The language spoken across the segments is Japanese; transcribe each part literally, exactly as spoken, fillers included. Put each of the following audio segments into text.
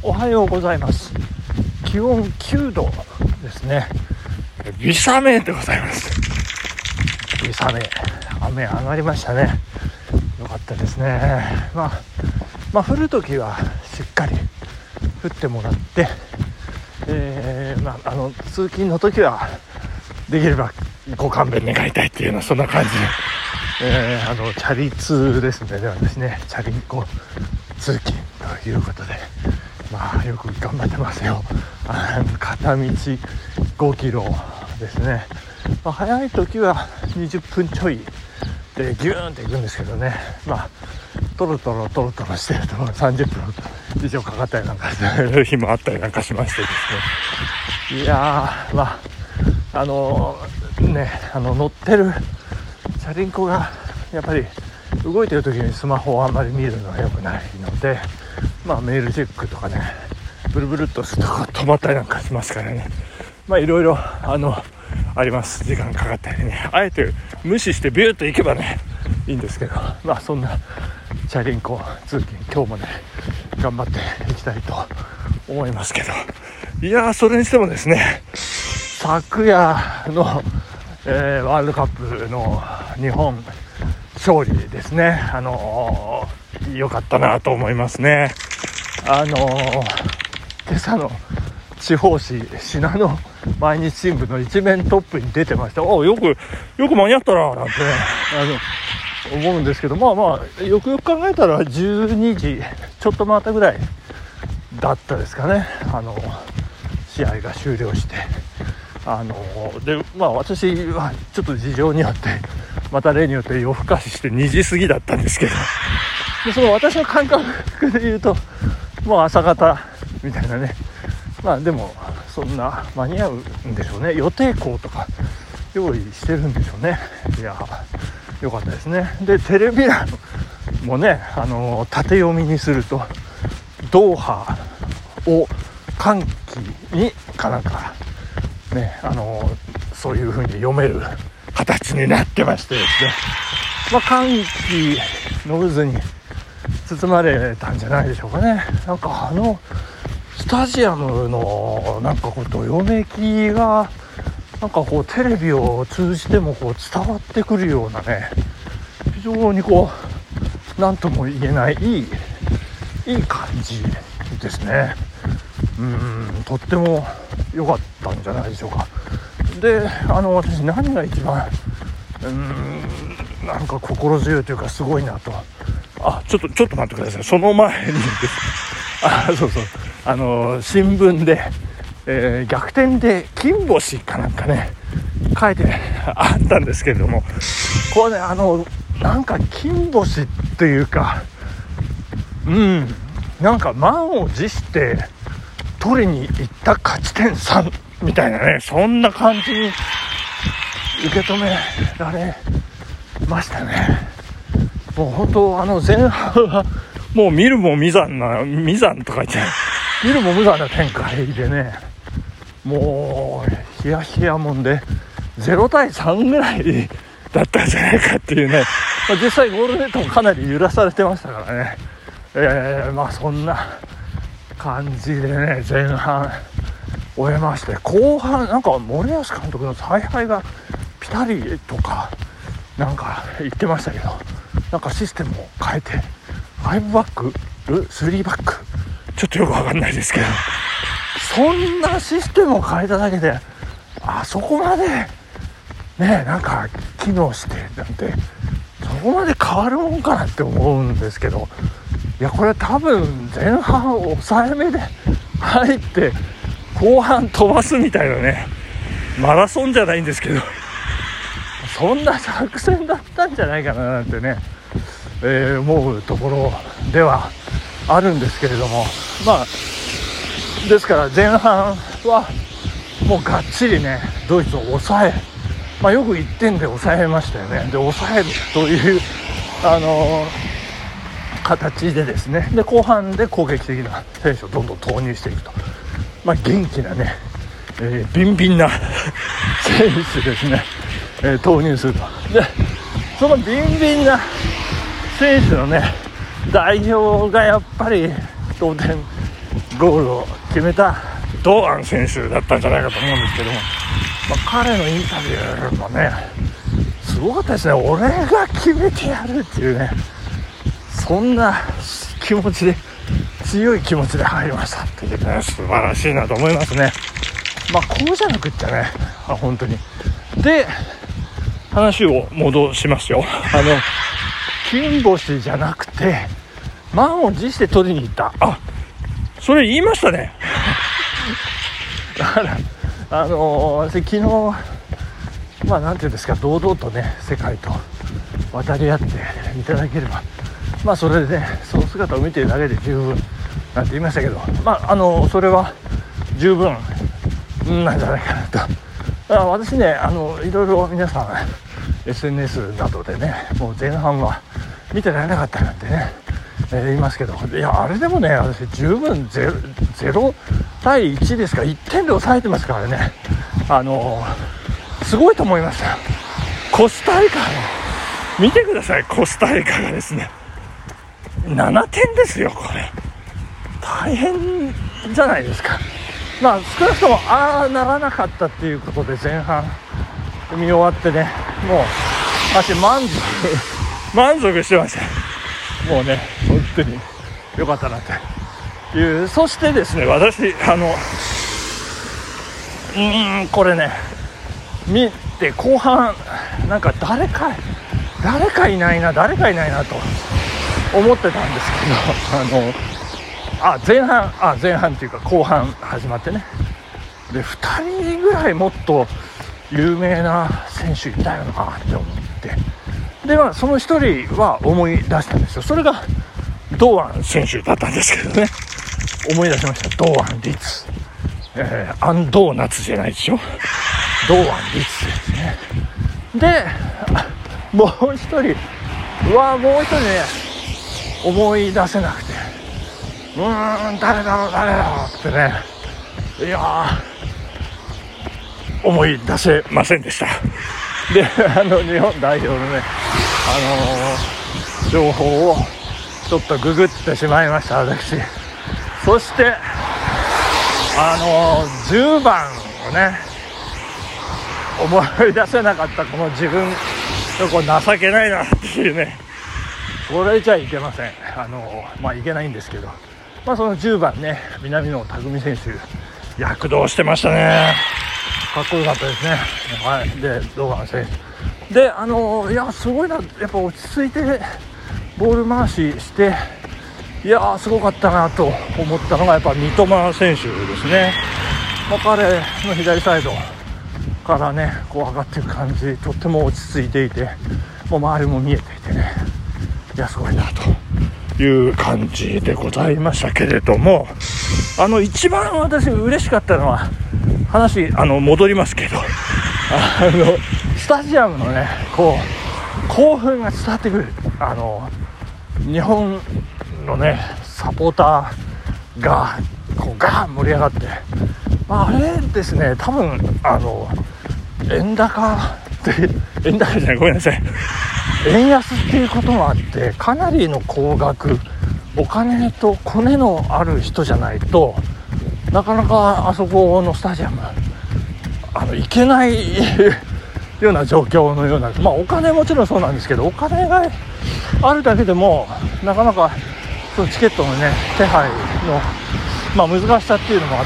おはようございます。気温きゅうどですね。微雨でございます。微雨、雨上がりましたね。よかったですね。まあ、まあ、降るときはしっかり降ってもらって、えーまあ、あの通勤のときはできればご勘弁願いたいっていうのはそんな感じで、えー、あのチャリ通ですので、私ね、チャリンコ通勤ということで、まあよく頑張ってますよ。あの片道ごキロですね。まあ、早い時はにじゅっぷんちょいでギューンっていくんですけどね、まあトロトロトロトロしてるとさんじゅっぷん以上かかったりなんかする日もあったりなんかしましてですね、いやー、まああのねあの乗ってるチャリンコがやっぱり動いてる時にスマホをあんまり見るのは良くないので、まあメールチェックとかね、ブルブルっとすると止まったりなんかしますからね、まあいろいろあのあります。時間かかったりね、あえて無視してビューッと行けばねいいんですけど、まあそんなチャリンコ通勤、今日もね頑張っていきたいと思いますけど、いやー、それにしてもですね、昨夜の、えー、ワールドカップの日本勝利ですね、あのー、良かったなと思いますね。あのー、今朝の地方紙信濃毎日新聞の一面トップに出てました。およくよく間に合ったななんてね、あの思うんですけど、まあまあよくよく考えたらじゅうにじちょっと回ったぐらいだったですかね、あの試合が終了して、あのでまあ私はちょっと事情によってまた例によって夜更かししてにじ過ぎだったんですけど、でその私の感覚で言うともう朝方みたいなね、まあでもそんな間に合うんでしょうね。予定校とか用意してるんでしょうね。いやよかったですね。でテレビ欄もね、あの縦読みにするとドーハを歓喜にかなんかね、あのそういう風に読める形になってましてですね、まあ歓喜の渦に包まれたんじゃないでしょうかね。なんかあのスタジアムのなんかこうどよめきがなんかこうテレビを通じてもこう伝わってくるようなね、非常にこうなんとも言えないいいいい感じですね。うーん、とっても良かったんじゃないでしょうか。で、あの私何が一番うーんなんか心強いというかすごいなと、あ、ちょっとちょっと待ってください。その前にあ、そうそう、あの新聞で、えー、逆転で金星かなんかね書いてあったんですけれども、これね、あのなんか金星っていうか、うんなんか満を持して取りに行った勝ち点さんみたいなね、そんな感じに受け止められましたね。もう本当あの前半はもう見るも無残な無残とか言って見るも無残な展開でね、もうヒヤヒヤもんでゼロたいさんぐらいだったんじゃないかっていうね、まあ、実際ゴールネットもかなり揺らされてましたからね、えー、まあそんな感じでね前半終えまして、後半なんか森保監督の采配がピタリとかなんか言ってましたけど、なんかシステムを変えてごバックスリーバックちょっとよくわかんないですけど、そんなシステムを変えただけであそこまでねなんか機能してなんてそこまで変わるもんかなって思うんですけど、いやこれ多分前半抑えめで入って後半飛ばすみたいなねマラソンじゃないんですけど、そんな作戦だったんじゃないかななんてね、えー、思うところではあるんですけれども、まあですから前半はもうがっちりねドイツを抑え、まあ、よくいってんで抑えましたよね。で抑えるというあのー、形でですね、で後半で攻撃的な選手をどんどん投入していくと、まあ、元気なね、えー、ビンビンな選手ですね、えー、投入すると。でそのビンビンな選手のね代表がやっぱり同点ゴールを決めた堂安選手だったんじゃないかと思うんですけども、まあ、彼のインタビューもねすごかったですね。俺が決めてやるっていうね、そんな気持ちで強い気持ちで入りましたっていうね、素晴らしいなと思いますね。まあこうじゃなくってね、あ本当に。で話を戻しますよ。あの金星じゃなくて満を持して取りに行った。あ、それ言いましたね。だからあのー、昨日まあなんていうんですか、堂々とね世界と渡り合っていただければ、まあそれでねその姿を見ているだけで十分なんて言いましたけど、まああのそれは十分なんじゃないかなと。だから私ね、あのいろいろ皆さん エスエヌエス などでね、もう前半は見てられなかったなんてね、えー、言いますけど、いやあれでもね私十分 ゼロ, ゼロ対いちですか、いってんで抑えてますからね、あのー、すごいと思いました。コスタリカの見てください、コスタリカがですねななてんですよ。これ大変じゃないですか。まあ少なくともああならなかったっていうことで前半見終わってね、もう私満足満足してました。もうね本当に良かったなという。そしてですね、私あのうーんこれね見て後半なんか誰か誰かいないな誰かいないなと思ってたんですけど、あのあ前半あ前半っていうか後半始まってね、でふたりぐらいもっと有名な選手いたよなって思って、でまあそのひとりは思い出したんですよ。それが堂安選手だったんですけどね、思い出しました。堂安律、えー、アンドーナツじゃないでしょ、堂安律ですね。でもう一人うわもう一人ね思い出せなくて、うーん誰だろう誰だろうってね、いや思い出せませんでした。であの日本代表のね、あのー、情報をちょっとググってしまいました私。そしてあのー、じゅうばんをね思い出せなかったこの自分これ情けないなっていうね、これじゃいけません。あのー、まあいけないんですけど、まあそのじゅうばんね南野拓実選手躍動してましたね。かっこよかったですね。はい。で堂安選手であのー、いやすごいな、やっぱ落ち着いてボール回しして、いやすごかったなと思ったのがやっぱ三笘選手ですね。まあ、彼の左サイドからねこう上がっていく感じ、とっても落ち着いていて、もう周りも見えていてね、いやすごいなという感じでございましたけれども、あの一番私嬉しかったのは、話あの戻りますけど、あのスタジアムのねこう興奮が伝わってくる、あの日本のねサポーターがこうガーン盛り上がって、まあ、あれですね多分あの円高って円高じゃないごめんなさい円安っていうこともあってかなりの高額お金とコネのある人じゃないとなかなかあそこのスタジアムあの行けないような状況のような、まあお金もちろんそうなんですけど、お金があるだけでもなかなかそのチケットのね手配の、まあ、難しさっていうのもあって、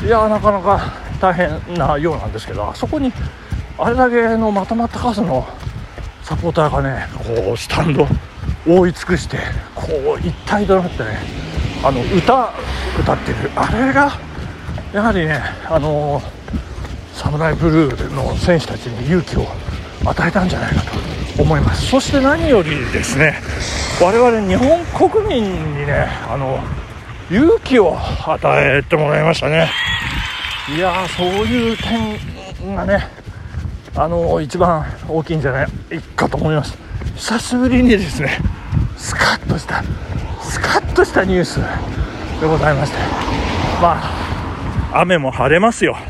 いやなかなか大変なようなんですけど、あそこにあれだけのまとまった数のサポーターがねこうスタンド覆い尽くしてこう一体となってねあの歌歌ってる、あれがやはりねあのサムライブルーの選手たちに勇気を与えたんじゃないかと思います。そして何よりですね、我々日本国民にねあの勇気を与えてもらいましたね。いやそういう点がねあの一番大きいんじゃないかと思います。久しぶりにですねスカッとしたスカッとしたニュースでございまして、まあ雨も晴れますよ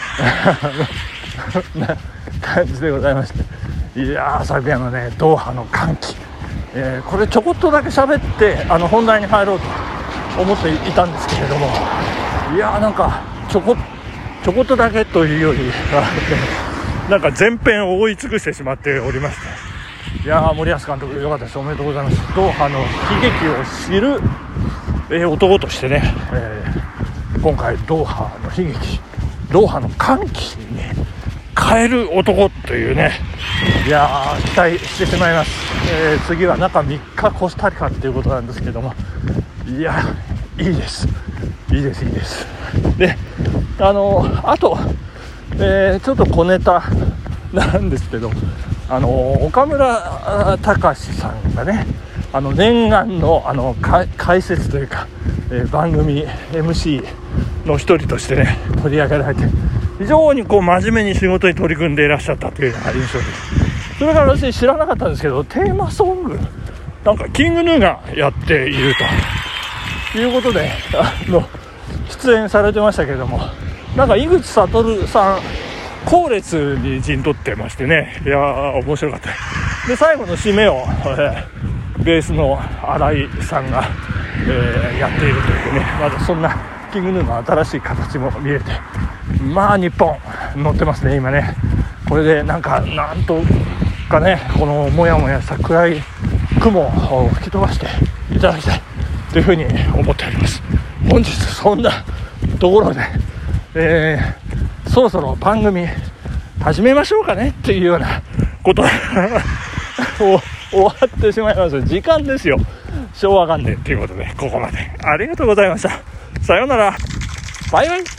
な感じでございまして、いやー昨夜のねドーハの歓喜、えー、これちょこっとだけ喋ってあの本題に入ろうと思っていたんですけれども、いやーなんかちょこちょこっとだけというよりなんか全編を覆い尽くしてしまっておりまして、いやー森保監督良かったです。おめでとうございます。ドーハの悲劇を知る、えー、男としてね、えー、今回ドーハの悲劇、ドーハの歓喜に変える男というね、いやー期待してしまいます。えー、次は中みっかコスタリカということなんですけども、いやいいですいいですいいですで、あのあと、えー、ちょっと小ネタなんですけど、あの岡村隆史さんがね、あの念願のあの解説というか、えー、番組 エムシー の一人としてね取り上げられて、非常にこう真面目に仕事に取り組んでいらっしゃったというのが印象です。それから私知らなかったんですけど、テーマソングなんかキングヌーがやっているということで、あの出演されてましたけれども、なんか井口悟さん後列に陣取ってましてね、いやー面白かった。で最後の締めを、えー、ベースの新井さんが、えー、やっているというね、まだそんなキングヌーの新しい形も見えて、まあ日本乗ってますね今ね。これでなんかなんとかね、このもやもやした暗い雲を吹き飛ばしていただきたいというふうに思っております。本日そんなところで、えー、そろそろ番組始めましょうかねっていうようなことを終わってしまいます。時間ですよ、昭和元年ということで、ここまでありがとうございました。さようなら、バイバイ。